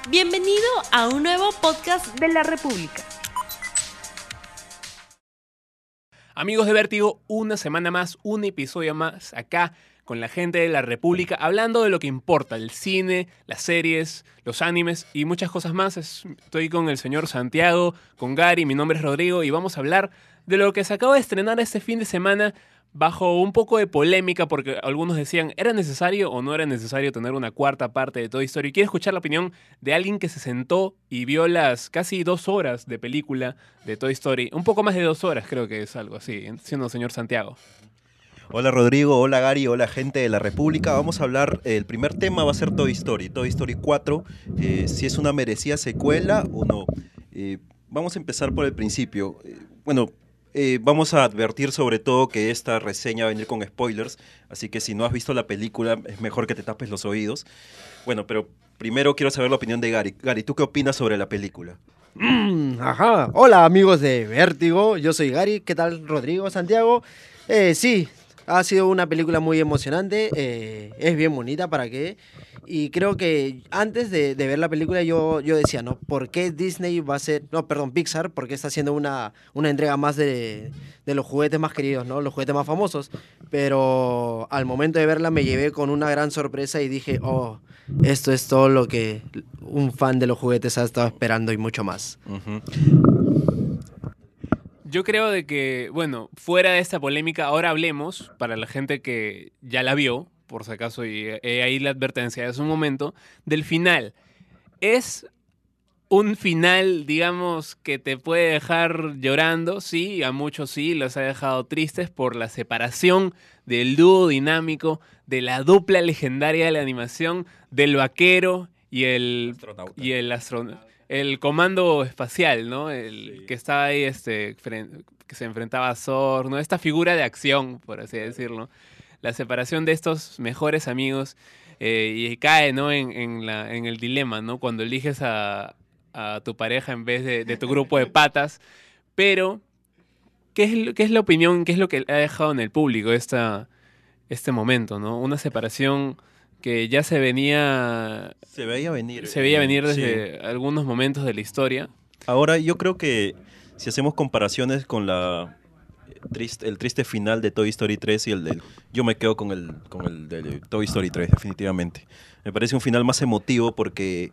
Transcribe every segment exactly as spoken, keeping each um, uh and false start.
Bienvenido a un nuevo podcast de la República. Amigos de Vértigo, una semana más, un episodio más acá con la gente de la República, hablando de lo que importa, el cine, las series, los animes y muchas cosas más. Estoy con el señor Santiago, con Gary, mi nombre es Rodrigo y vamos a hablar de lo que se acaba de estrenar este fin de semana bajo un poco de polémica porque algunos decían, ¿era necesario o no era necesario tener una cuarta parte de Toy Story? Quiero escuchar la opinión de alguien que se sentó y vio las casi dos horas de película de Toy Story. Un poco más de dos horas creo que es algo así, siendo señor Santiago. Hola Rodrigo, hola Gary, hola gente de la República. Vamos a hablar, el primer tema va a ser Toy Story, Toy Story cuatro, eh, si es una merecida secuela o no. Eh, vamos a empezar por el principio. Eh, bueno, eh, vamos a advertir sobre todo que esta reseña va a venir con spoilers, así que si no has visto la película es mejor que te tapes los oídos. Bueno, pero primero quiero saber la opinión de Gary. Gary, ¿tú qué opinas sobre la película? Mm, ajá, hola amigos de Vértigo, yo soy Gary, ¿qué tal Rodrigo, Santiago? Eh, sí, ha sido una película muy emocionante, eh, es bien bonita, ¿para qué? Y creo que antes de, de ver la película yo, yo decía, ¿no? ¿Por qué Disney va a ser, no, perdón, Pixar, por qué está haciendo una, una entrega más de, de los juguetes más queridos, ¿no? Los juguetes más famosos. Pero al momento de verla me llevé con una gran sorpresa y dije, oh, esto es todo lo que un fan de los juguetes ha estado esperando y mucho más. Uh-huh. Yo creo de que, bueno, fuera de esta polémica, ahora hablemos, para la gente que ya la vio, por si acaso, y eh, ahí la advertencia, es un momento, del final. Es un final, digamos, que te puede dejar llorando, sí, a muchos sí, los ha dejado tristes por la separación del dúo dinámico, de la dupla legendaria de la animación, del vaquero y el Astronauta. y el astronauta. El comando espacial, ¿no? El Sí. que estaba ahí, este, fren- que se enfrentaba a Zor, ¿no? Esta figura de acción, por así decirlo. La separación de estos mejores amigos eh, y cae, ¿no? En, en, la, en el dilema, ¿no? Cuando eliges a, a tu pareja en vez de, de tu grupo de patas. Pero, ¿qué es, lo- qué es la opinión, qué es lo que ha dejado en el público esta, este momento, ¿no? Una separación que ya se venía Se veía venir. se veía eh, venir sí. desde algunos momentos de la historia. Ahora, yo creo que si hacemos comparaciones con la triste, el triste final de Toy Story tres y el del... Yo me quedo con el, con el de Toy Story tres, definitivamente. Me parece un final más emotivo porque,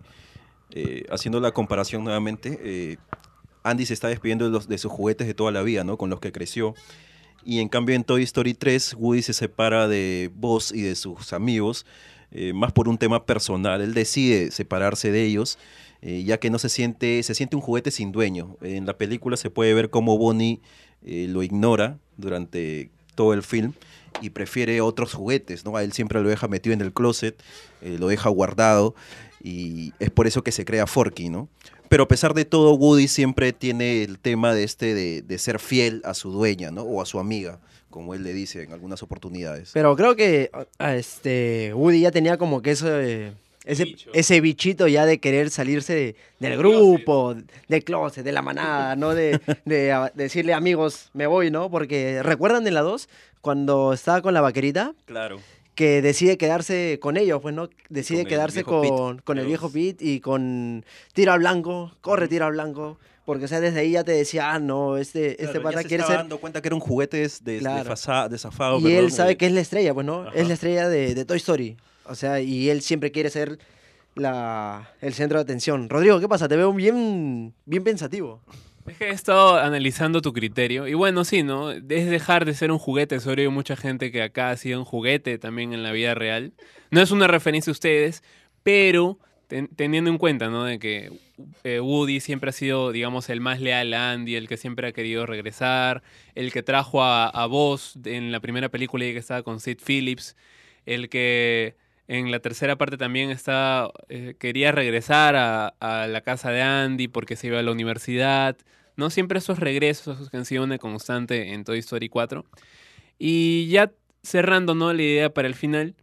eh, haciendo la comparación nuevamente, eh, Andy se está despidiendo de, los, de sus juguetes de toda la vida, ¿no? Con los que creció. Y en cambio en Toy Story tres, Woody se separa de Buzz y de sus amigos, eh, más por un tema personal. Él decide separarse de ellos, eh, ya que no se siente, se siente un juguete sin dueño. En la película se puede ver cómo Bonnie eh, lo ignora durante todo el film y prefiere otros juguetes, ¿no? A él siempre lo deja metido en el closet, eh, lo deja guardado y es por eso que se crea Forky, ¿no? Pero a pesar de todo, Woody siempre tiene el tema de este de, de ser fiel a su dueña, ¿no? O a su amiga, como él le dice en algunas oportunidades. Pero creo que a este Woody ya tenía como que ese, ese, Bicho. ese bichito ya de querer salirse de- del grupo, del closet, de la manada, ¿no? De, de a- decirle amigos, me voy, ¿no? Porque ¿recuerdan en la dos cuando estaba con la vaquerita? Claro. Que decide quedarse con ellos, pues, ¿no? Decide Con el quedarse viejo Pete, con, con el pero- viejo Pete y con tiro al blanco, corre tiro al blanco. Porque, o sea, desde ahí ya te decía, ah, no, este, este Claro, pata ya se quiere estaba ser... dando cuenta que era un juguete des- des- Claro. desfasa- desafado. Y perdón, él sabe eh, que es la estrella, pues, ¿no? Ajá. Es la estrella de, de Toy Story. O sea, y él siempre quiere ser la, el centro de atención. Rodrigo, ¿qué pasa? Te veo bien, bien pensativo. Es que he estado analizando tu criterio. Y bueno, sí, ¿no? Es dejar de ser un juguete. Sobre mucha gente que acá ha sido un juguete también en la vida real. No es una referencia a ustedes, pero ten- teniendo en cuenta, ¿no? De que eh, Woody siempre ha sido, digamos, el más leal a Andy, el que siempre ha querido regresar, el que trajo a, a Buzz en la primera película y que estaba con Sid Phillips, el que en la tercera parte también está, eh, quería regresar a, a la casa de Andy porque se iba a la universidad, ¿no? Siempre esos regresos que han sido una constante en Toy Story cuatro. Y ya cerrando, ¿no? La idea para el final,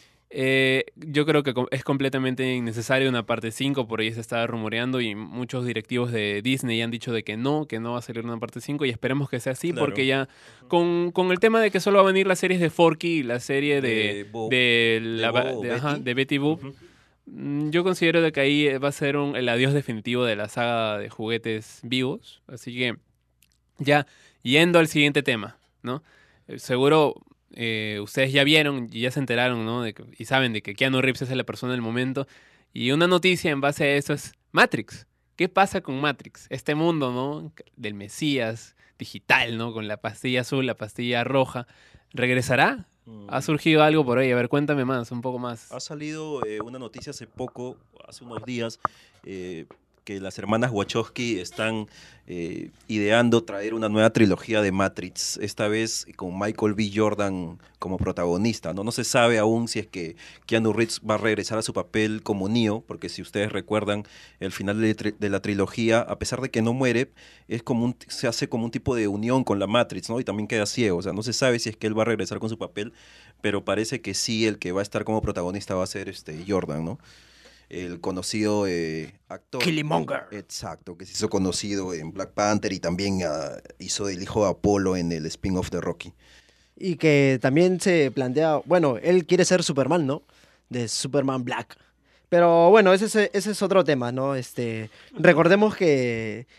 eh, yo creo que co- es completamente innecesario una parte cinco, por ahí se estaba rumoreando y muchos directivos de Disney han dicho de que no, que no va a salir una parte cinco y esperemos que sea así Claro. porque ya con, con el tema de que solo va a venir las series de Forky y la serie de, De Bo- de, de la, Bo de, Betty. ajá, de Betty Boop, Ujú. Mm, Yo considero de que ahí va a ser un, el adiós definitivo de la saga de juguetes vivos. Así que ya yendo al siguiente tema, ¿no? Eh, Seguro eh, ustedes ya vieron y ya se enteraron, ¿no? De que- y saben de que Keanu Reeves es la persona del momento. Y una noticia en base a eso es Matrix. ¿Qué pasa con Matrix? Este mundo, ¿no? Del Mesías digital, ¿no? Con la pastilla azul, la pastilla roja. ¿Regresará? ¿Ha surgido algo por ahí? A ver, cuéntame más, un poco más. Ha salido eh, una noticia hace poco, hace unos días, eh, que las hermanas Wachowski están eh, ideando traer una nueva trilogía de Matrix, esta vez con Michael B. Jordan como protagonista, ¿no? No se sabe aún si es que Keanu Reeves va a regresar a su papel como Neo, porque si ustedes recuerdan, el final de, tri- de la trilogía, a pesar de que no muere, es como un, se hace como un tipo de unión con la Matrix, ¿no? Y también queda ciego, o sea, no se sabe si es que él va a regresar con su papel, pero parece que sí, el que va a estar como protagonista va a ser este Jordan, ¿no? El conocido eh, actor. Killmonger. Exacto, que se hizo conocido en Black Panther y también ah, hizo el hijo de Apolo en el spin-off de Rocky. Y que también se plantea, bueno, él quiere ser Superman, ¿no? De Superman Black. Pero bueno, ese es, ese es otro tema, ¿no? Este, recordemos que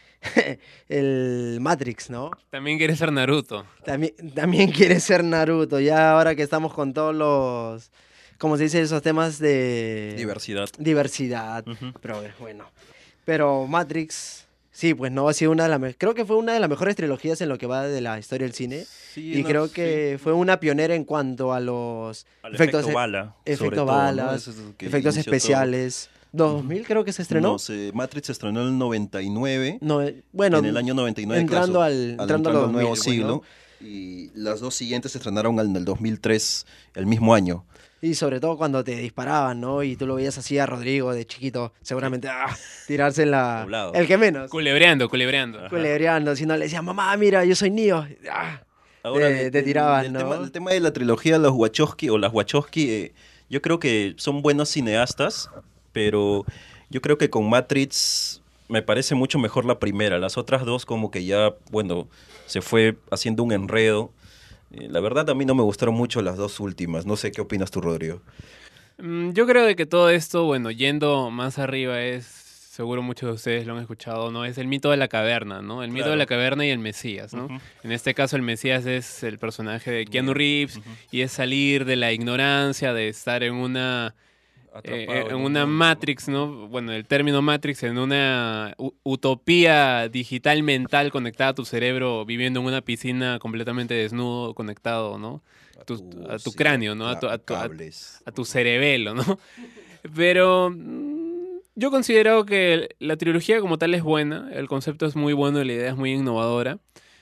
el Matrix, ¿no? También quiere ser Naruto. También, también quiere ser Naruto. Ya ahora que estamos con todos los, ¿cómo se dice? Esos temas de Diversidad. diversidad. Ujú. Pero bueno. Pero Matrix, sí, pues no ha sido una de las, me- creo que fue una de las mejores trilogías en lo que va de la historia del cine. Sí, Y no, creo sí. que fue una pionera en cuanto a los Al efectos, efecto bala. sobre efecto todo, ¿no? balas, Eso es lo que efectos inició todo. especiales. dos mil creo que se estrenó. No, se- Matrix se estrenó en el noventa y nueve. No, eh, bueno, en el año noventa y nueve, entrando claro, al, al- entrando a los nuevo dos mil, siglo. bueno. Y las dos siguientes se estrenaron en el dos mil tres, el mismo año. Y sobre todo cuando te disparaban, ¿no? Y tú lo veías así a Rodrigo de chiquito, seguramente ah, tirarse en la... Doblado. El que menos. Culebreando, culebreando. Ajá. Culebreando, si no le decían, mamá, mira, yo soy Neo. Ah, Ahora, te, de- te del- tiraban, del ¿no? tema, el tema de la trilogía de los Wachowski o las Wachowski, eh, yo creo que son buenos cineastas, pero yo creo que con Matrix me parece mucho mejor la primera. Las otras dos como que ya, bueno, se fue haciendo un enredo. Eh, la verdad a mí no me gustaron mucho las dos últimas. No sé qué opinas tú, Rodrigo. Mm, Yo creo de que todo esto, bueno, yendo más arriba es, seguro muchos de ustedes lo han escuchado, ¿no? Es el mito de la caverna, ¿no? El mito Claro. de la caverna y el Mesías, ¿no? Ujú. En este caso el Mesías es el personaje de Keanu Bien. Reeves Ujú. y es salir de la ignorancia, de estar en una... eh, Atrapado en un una mundo, Matrix, ¿no? Bueno, el término Matrix, en una u- utopía digital mental conectada a tu cerebro, viviendo en una piscina completamente desnudo, conectado, ¿no? A Tu- tu- a tu sí, cráneo, ¿no? A ca- tu- a tu- a- cables. a tu cerebelo, ¿no? Pero mm, yo considero que la trilogía como tal es buena, el concepto es muy bueno y la idea es muy innovadora,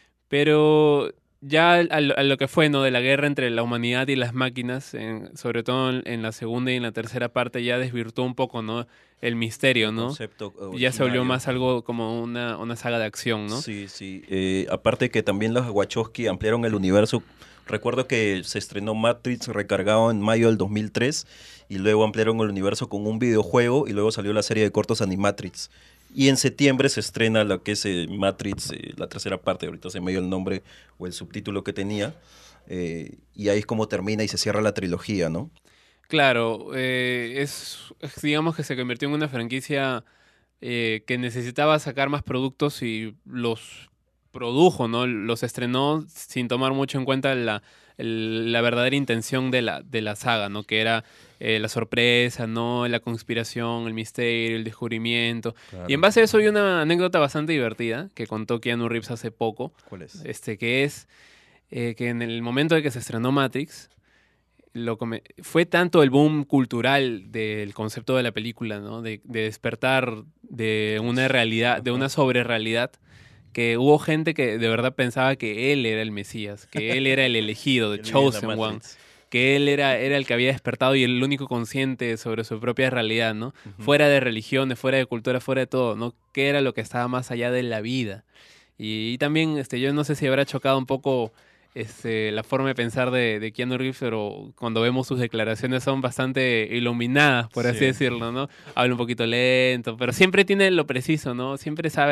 pero ya a lo, a lo que fue, ¿no? De la guerra entre la humanidad y las máquinas, en- sobre todo en, en la segunda y en la tercera parte, ya desvirtuó un poco, ¿no? El misterio, ¿no? Concepto Ya se volvió originario. más algo como una, una saga de acción, ¿no? Sí, sí. Eh, aparte que también los Wachowski ampliaron el universo. Recuerdo que se estrenó Matrix recargado en mayo del dos mil tres y luego ampliaron el universo con un videojuego y luego salió la serie de cortos Animatrix. Y en septiembre se estrena lo que es eh, Matrix, eh, la tercera parte, ahorita se me dio el nombre o el subtítulo que tenía. eh, y ahí es como termina y se cierra la trilogía, ¿no? Claro, eh, es, es, digamos que se convirtió en una franquicia eh, que necesitaba sacar más productos y los produjo, ¿no? Los estrenó sin tomar mucho en cuenta la, el- la verdadera intención de la, de la saga, ¿no? Que era eh, la sorpresa, ¿no? La conspiración, el misterio, el descubrimiento. Y en base a eso hay una anécdota bastante divertida que contó Keanu Reeves hace poco, ¿Cuál es? este, que es eh, que en el momento de que se estrenó Matrix, lo come- fue tanto el boom cultural del concepto de la película, ¿no? De, de despertar de una realidad, de una sobrerealidad, que hubo gente que de verdad pensaba que él era el Mesías, que él era el elegido, the Él vivía en la chosen one, Matrix. que él era, era el que había despertado y el único consciente sobre su propia realidad, ¿no? Ujú. Fuera de religiones, fuera de cultura, fuera de todo, ¿no? ¿Qué era lo que estaba más allá de la vida? Y, y también, este, yo no sé si habrá chocado un poco este, la forma de pensar de, de Keanu Reeves, pero cuando vemos sus declaraciones son bastante iluminadas, por así Sí. decirlo, ¿no? Habla un poquito lento, pero siempre tiene lo preciso, ¿no? Siempre sabe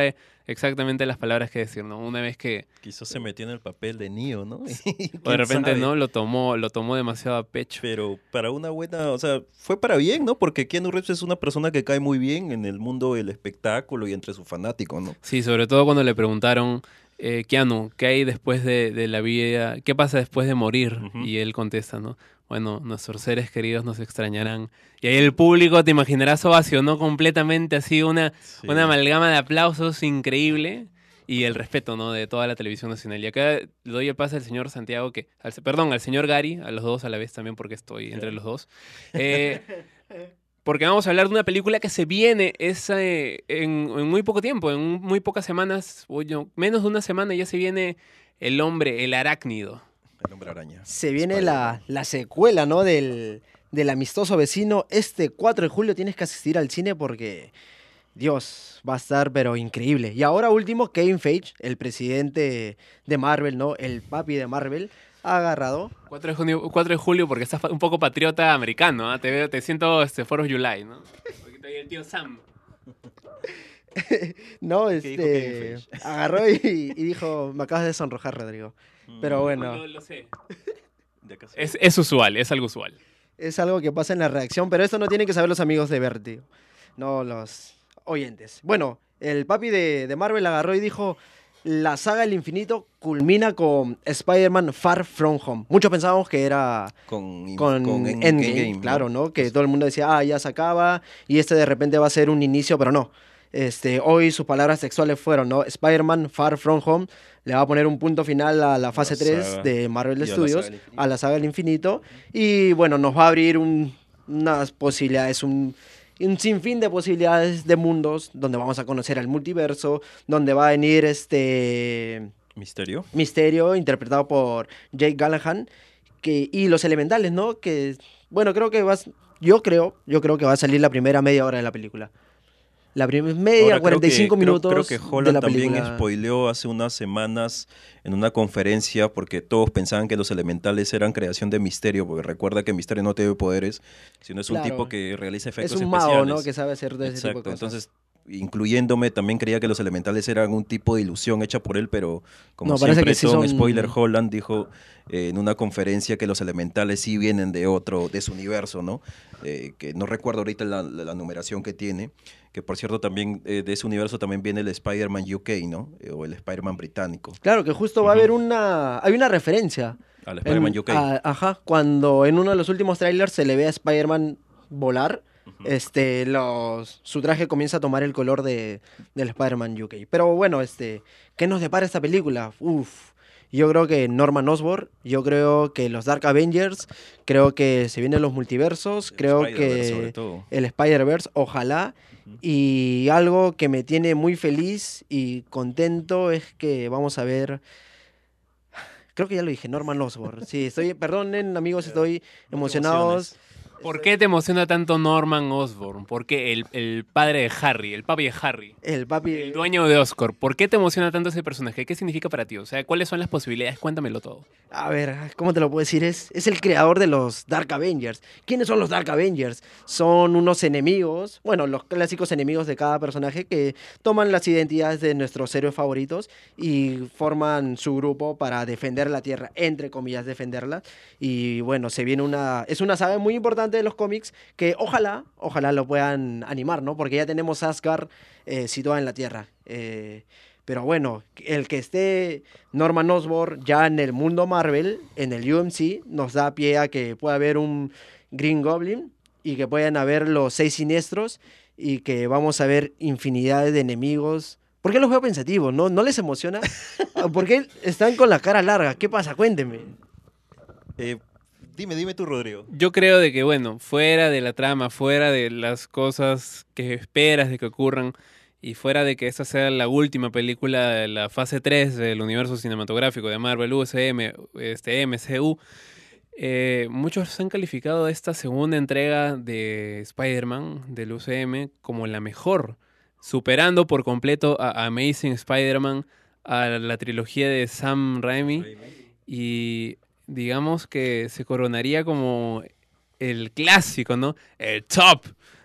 exactamente las palabras que decir, ¿no? Una vez que Quizás se metió en el papel de Neo, ¿no? o de ¿Quién repente sabe? no lo tomó, lo tomó demasiado a pecho. Pero para una buena, o sea, fue para bien, ¿no? Porque Keanu Reeves es una persona que cae muy bien en el mundo del espectáculo y entre sus fanáticos, ¿no? Sí, sobre todo cuando le preguntaron, eh, Keanu, ¿qué hay después de, de la vida? ¿Qué pasa después de morir? Ujú. Y él contesta, ¿no? Bueno, nuestros seres queridos nos extrañarán. Y ahí el público, te imaginarás, ovacionó completamente así una, Sí. una amalgama de aplausos increíble y el respeto, ¿no? De toda la televisión nacional. Y acá le doy el pase al señor Santiago, que, al, perdón, al señor Gary, a los dos a la vez también porque estoy entre los dos. Eh, porque vamos a hablar de una película que se viene esa, eh, en, en muy poco tiempo, en un- muy pocas semanas, o yo- menos de una semana ya se viene El hombre, el arácnido. El hombre araña. Se viene la, la secuela, ¿no? Del, del amistoso vecino. Este cuatro de julio tienes que asistir al cine porque, Dios, va a estar pero increíble. Y ahora último, Kevin Feige, el presidente de Marvel, ¿no? El papi de Marvel, ha agarrado. cuatro de junio, cuatro de julio porque estás un poco patriota americano, ¿ah? Te veo, te siento este fourth of July, ¿no? Porque estoy el tío Sam. No, ¿Qué dijo Kevin este, Feige? agarró y, y dijo, me acabas de sonrojar, Rodrigo. Pero bueno, Lo, lo sé. De acá sí. Es, es usual, es algo usual. es algo que pasa en la reacción, pero esto no tienen que saber los amigos de Vértigo, no los oyentes. Bueno, el papi de, de Marvel agarró y dijo, la saga del infinito culmina con Spider-Man Far From Home. Muchos pensábamos que era Con, con, con en- Endgame, Endgame, claro, ¿no? Que todo el mundo decía, ah, ya se acaba, y este de repente va a ser un inicio, pero no. Este, hoy sus palabras sexuales fueron, ¿no? Spider-Man Far From Home le va a poner un punto final a la fase tres saga. de Marvel Y a la Studios, saga del infinito. a la saga del infinito, y bueno, nos va a abrir un- unas posibilidades, un, un sinfín de posibilidades de mundos, donde vamos a conocer al multiverso, donde va a venir este... Misterio. Misterio, interpretado por Jake Gyllenhaal, que, y los elementales, ¿no? Que, bueno, creo que vas, yo creo, yo creo que va a salir la primera media hora de la película. La primera media, Ahora, creo cuarenta y cinco que- creo- minutos Creo, que de Holland la también película. spoileó hace unas semanas en una conferencia porque todos pensaban que los elementales eran creación de Misterio, porque recuerda que Misterio no tiene poderes, sino es un Claro. tipo que realiza Es efectos un especiales. mago, ¿no? Que sabe hacer de ese Exacto, tipo de cosas. entonces, incluyéndome, también creía que los elementales eran un tipo de ilusión hecha por él, pero como No, parece siempre, que sí Tom son- Spoiler Holland dijo eh, en una conferencia que los elementales sí vienen de otro, de su universo, ¿no? Eh, que no recuerdo ahorita la, la- la numeración que tiene, que por cierto también eh, de ese universo también viene el Spider-Man U K, ¿no? Eh, o el Spider-Man británico, Claro, que justo va a Ujú. haber una, hay una referencia. al Spider-Man En- U K. a- ajá, cuando en uno de los últimos trailers se le ve a Spider-Man volar, este, los, su traje comienza a tomar el color de, del Spider-Man U K. Pero bueno, este, ¿qué nos depara esta película? Uf, yo creo que Norman Osborn, yo creo que los Dark Avengers, creo que se vienen los multiversos, El creo Spider-Verse, sobre que todo. el Spider-Verse, ojalá. Y algo que me tiene muy feliz y contento es que vamos a ver... Creo que ya lo dije, Norman Osborn. Sí, estoy, perdonen amigos, estoy No te emocionados. ¿Por qué te emociona tanto Norman Osborn? ¿Por qué el, el padre de Harry, el papi de Harry? El papi... El dueño de Oscorp. ¿Por qué te emociona tanto ese personaje? ¿Qué significa para ti? O sea, ¿cuáles son las posibilidades? Cuéntamelo todo. A ver, ¿cómo te lo puedo decir? Es, es el creador de los Dark Avengers. ¿Quiénes son los Dark Avengers? Son unos enemigos, bueno, los clásicos enemigos de cada personaje que toman las identidades de nuestros héroes favoritos y forman su grupo para defender la Tierra, entre comillas, defenderla. Y bueno, se viene una... Es una saga muy importante de los cómics que ojalá, ojalá lo puedan animar, ¿no? Porque ya tenemos Asgard eh, situada en la Tierra. Eh, pero bueno, el que esté Norman Osborn ya en el mundo Marvel, en el U M C, nos da pie a que pueda haber un Green Goblin y que puedan haber los seis siniestros y que vamos a ver infinidad de enemigos. ¿Por qué los veo pensativos? ¿No, ¿No les emociona? ¿Por qué están con la cara larga? ¿Qué pasa? Cuéntenme. Eh, dime, dime tú, Rodrigo. Yo creo de que, bueno, fuera de la trama, fuera de las cosas que esperas de que ocurran y fuera de que esta sea la última película de la fase tres del universo cinematográfico de Marvel, U C M, este, M C U, eh, muchos han calificado esta segunda entrega de Spider-Man del U C M como la mejor, superando por completo a Amazing Spider-Man, a la trilogía de Sam Raimi, y digamos que se coronaría como el clásico, ¿no? El top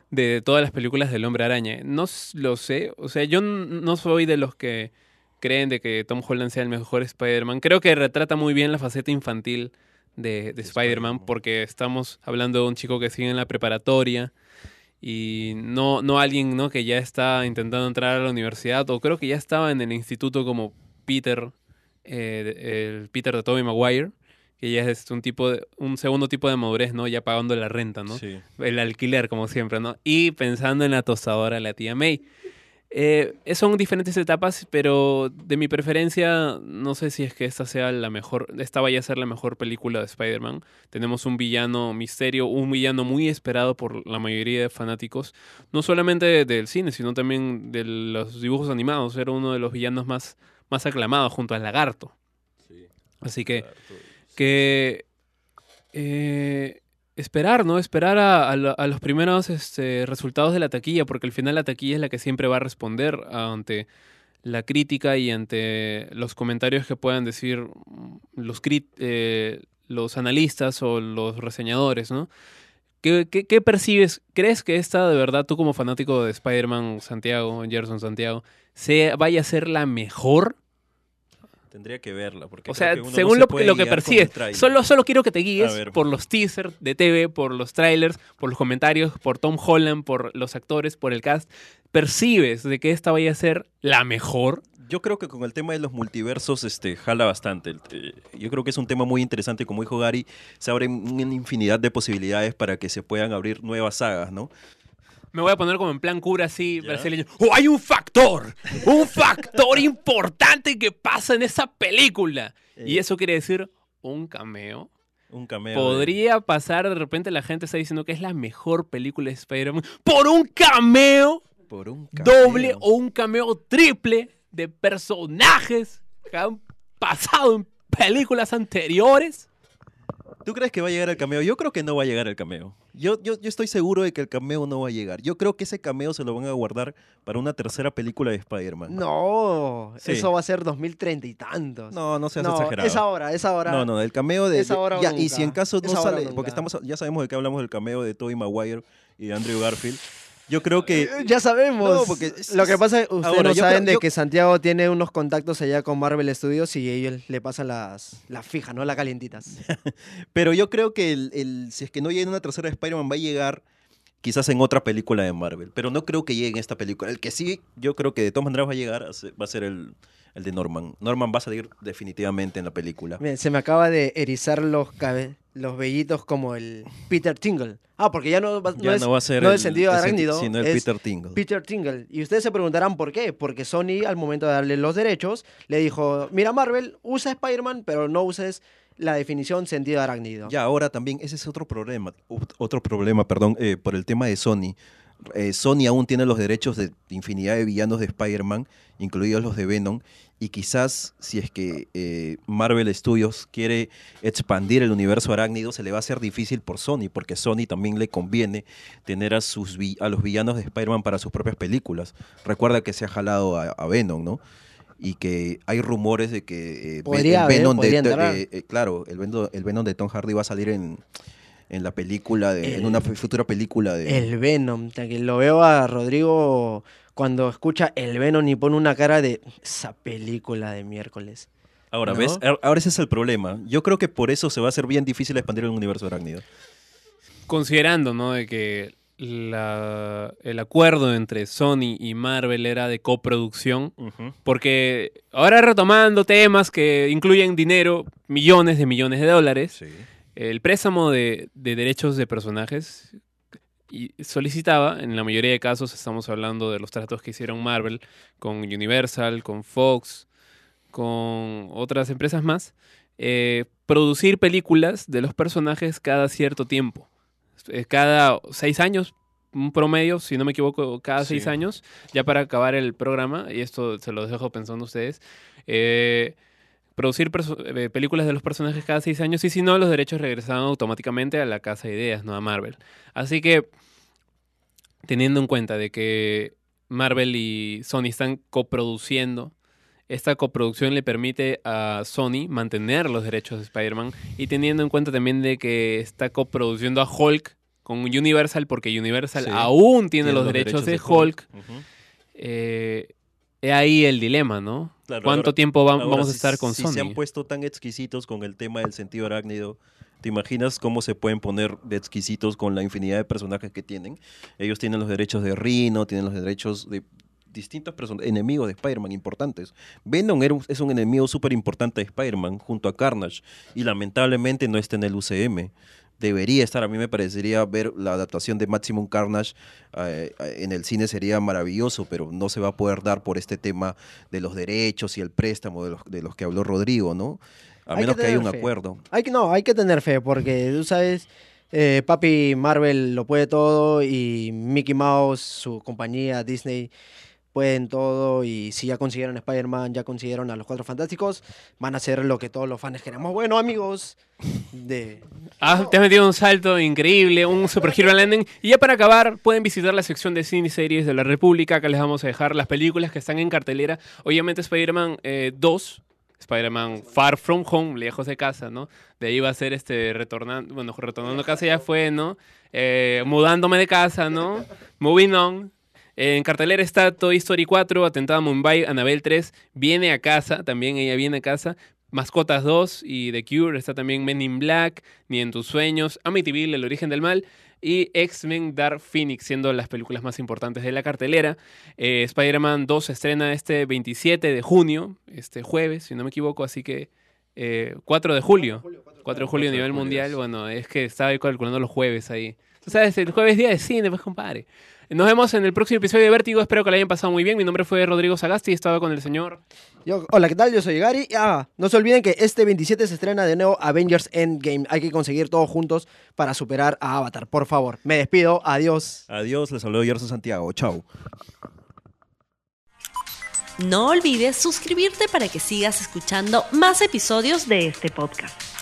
de todas las películas del Hombre Araña. No s- lo sé, o sea, yo n- no soy de los que creen de que Tom Holland sea el mejor Spider-Man. Creo que retrata muy bien la faceta infantil de, de De Spider-Man, Spider-Man. porque estamos hablando de un chico que sigue en la preparatoria y no, no alguien, ¿no?, que ya está intentando entrar a la universidad, o creo que ya estaba en el instituto como Peter, eh, de- el Peter de Tobey Maguire, que ya es un tipo de, un segundo tipo de madurez, ¿no? Ya pagando la renta, ¿no? Sí. El alquiler, como siempre, ¿no? Y pensando en la tostadora de la tía May. Eh, son diferentes etapas, pero de mi preferencia, no sé si es que esta sea la mejor, esta vaya a ser la mejor película de Spider-Man. Tenemos un villano misterio, un villano muy esperado por la mayoría de fanáticos, no solamente de- del cine, sino también de los dibujos animados. Era uno de los villanos más, más aclamados junto al Lagarto. Sí. Así que, Claro, todo- que eh, esperar, ¿no? Esperar a, a lo- a los primeros este, resultados de la taquilla, porque al final la taquilla es la que siempre va a responder ante la crítica y ante los comentarios que puedan decir mm, los, crit- eh, los analistas o los reseñadores, ¿no? ¿Qué, qué, qué percibes? ¿Crees que esta, de verdad, tú como fanático de Spider-Man, Santiago, Gerson Santiago, se, vaya a ser la mejor? Tendría que verla, porque O creo sea, que uno no según se lo, puede lo que guiar con el percibes, tráiler. solo, solo quiero que te A guíes ver. por los teasers de T V, por los trailers, por los comentarios, por Tom Holland, por los actores, por el cast. ¿Percibes de que esta vaya a ser la mejor? Yo creo que con el tema de los multiversos este, jala bastante. El- eh, Yo creo que es un tema muy interesante. Como dijo Gary, se abren una infinidad de posibilidades para que se puedan abrir nuevas sagas, ¿no? Me voy a poner como en plan cura así, Ya. brasileño. ¡Oh, hay un factor! ¡Un factor importante que pasa en esa película! Y Eh. eso quiere decir un cameo. Un cameo. de- Podría pasar, de repente la gente está diciendo que es la mejor película de Spider-Man por un cameo por un cameo. doble o un cameo triple de personajes que han pasado en películas anteriores. ¿Tú crees que va a llegar el cameo? Yo creo que no va a llegar el cameo. Yo, yo, yo estoy seguro de que el cameo no va a llegar. Yo creo que ese cameo se lo van a guardar para una tercera película de Spider-Man. No, Sí. eso va a ser dos mil treinta y tantos. No, no seas no, exagerado. es ahora, es ahora. No, no, el cameo de... Es ahora o ya, y nunca. si en caso Es no ahora o sale... nunca. Porque estamos, ya sabemos de qué hablamos del cameo de Tobey Maguire y de Andrew Garfield. Yo creo que... Eh, Ya sabemos. No, porque es- Lo que pasa es que ustedes Ahora, no yo saben creo- de yo- que Santiago tiene unos contactos allá con Marvel Studios y ellos le pasan las, las fijas, ¿no? Las calientitas. Pero yo creo que el, el- si es que no llega en una tercera de Spider-Man va a llegar quizás en otra película de Marvel. Pero no creo que llegue en esta película. El que sí, yo creo que de todas maneras va a llegar a ser- va a ser el, el de Norman. Norman va a salir definitivamente en la película. Miren, se me acaba de erizar los, cabe- los vellitos como el Peter Tingle. Ah, porque ya no, va, no Ya es, no va a ser no el, el sentido el senti- arácnido, sino el es Peter Tingle. Peter Tingle. Y ustedes se preguntarán por qué. Porque Sony, al momento de darle los derechos, le dijo, mira Marvel, usa Spider-Man, pero no uses la definición sentido arácnido. Ya, ahora también ese es otro problema, ot- otro problema, perdón, eh, por el tema de Sony. Eh, Sony aún tiene los derechos de infinidad de villanos de Spider-Man, incluidos los de Venom, y quizás si es que eh, Marvel Studios quiere expandir el universo arácnido, se le va a hacer difícil por Sony, porque Sony también le conviene tener a, sus vi- a los villanos de Spider-Man para sus propias películas. Recuerda que se ha jalado a, a Venom, ¿no? Y que hay rumores de que eh, Podría el haber, Venom de, podría de- entrar. eh, eh, claro, el Venom, el Venom de Tom Hardy va a salir en, en la película, de, en El- una fu- futura película de... El Venom. ta que Lo veo a Rodrigo cuando escucha el Venom y pone una cara de esa película de miércoles. Ahora, ¿no? ¿ves? Ahora- Ahora ese es el problema. Yo creo que por eso se va a hacer bien difícil expandir el universo arácnido. Considerando, ¿no?, de que la- el acuerdo entre Sony y Marvel era de coproducción, porque ahora retomando temas que incluyen dinero, millones de millones de dólares, Sí. el préstamo de, de derechos de personajes y solicitaba, en la mayoría de casos estamos hablando de los tratos que hicieron Marvel con Universal, con Fox, con otras empresas más, eh, producir películas de los personajes cada cierto tiempo. Eh, Cada seis años, un promedio, si no me equivoco, cada Sí. seis años, ya para acabar el programa, y esto se lo dejo pensando a ustedes, eh, producir perso- eh, películas de los personajes cada seis años, y si no, los derechos regresaban automáticamente a la casa de ideas, no a Marvel. Así que, teniendo en cuenta de que Marvel y Sony están coproduciendo, esta coproducción le permite a Sony mantener los derechos de Spider-Man, y teniendo en cuenta también de que está coproduciendo a Hulk con Universal, porque Universal Sí. aún tiene, Tiene los, los derechos, derechos de de Hulk. Ujú. Eh, he ahí el dilema, ¿no? Claro, ¿Cuánto ahora- tiempo va- ahora vamos a si- estar con si Sony? se han puesto tan exquisitos con el tema del sentido arácnido, ¿te imaginas cómo se pueden poner de exquisitos con la infinidad de personajes que tienen? Ellos tienen los derechos de Rhino, tienen los derechos de distintos person- enemigos de Spider-Man importantes. Venom era un- es un enemigo súper importante de Spider-Man junto a Carnage y lamentablemente no está en el U C M. Debería estar, a mí me parecería ver la adaptación de Maximum Carnage eh, en el cine sería maravilloso, pero no se va a poder dar por este tema de los derechos y el préstamo de los, de los que habló Rodrigo, ¿no? A Hay menos que que haya un tener fe. acuerdo. Hay que, no, hay que tener fe porque tú sabes, eh, papi Marvel lo puede todo y Mickey Mouse, su compañía Disney, pueden todo y si ya consiguieron Spider-Man, ya consiguieron a los Cuatro Fantásticos, van a hacer lo que todos los fans queremos. Bueno, amigos, de... Ah, te has metido un salto increíble, un Super Hero Landing. Y ya para acabar, pueden visitar la sección de cine y series de la República. Acá les vamos a dejar las películas que están en cartelera. Obviamente Spider-Man eh, dos, Spider-Man Far From Home, lejos de casa, ¿no? De ahí va a ser este retornando, bueno, retornando a casa ya fue, ¿no? Eh, mudándome de casa, ¿no? Moving on. En cartelera está Toy Story cuatro, Atentado a Mumbai, Annabelle tres, viene a casa, también ella viene a casa. Mascotas dos y The Cure, está también Men in Black, Ni en tus sueños, Amityville, El origen del mal y X-Men Dark Phoenix, siendo las películas más importantes de la cartelera. Eh, Spider-Man dos se estrena este veintisiete de junio, este jueves, si no me equivoco, así que eh, cuatro de julio. cuatro de julio a nivel julio mundial, es. bueno, es que estaba calculando los jueves ahí. Tú sabes, el jueves día de cine, pues compadre. Nos vemos en el próximo episodio de Vértigo, espero que lo hayan pasado muy bien. Mi nombre fue Rodrigo Sagasti y estaba con el señor... Yo, hola, ¿qué tal? Yo soy Gary. Ah, no se olviden que este veintisiete se estrena de nuevo Avengers Endgame. Hay que conseguir todos juntos para superar a Avatar, por favor. Me despido, adiós. Adiós, les habló Gerson Santiago. Chao. No olvides suscribirte para que sigas escuchando más episodios de este podcast.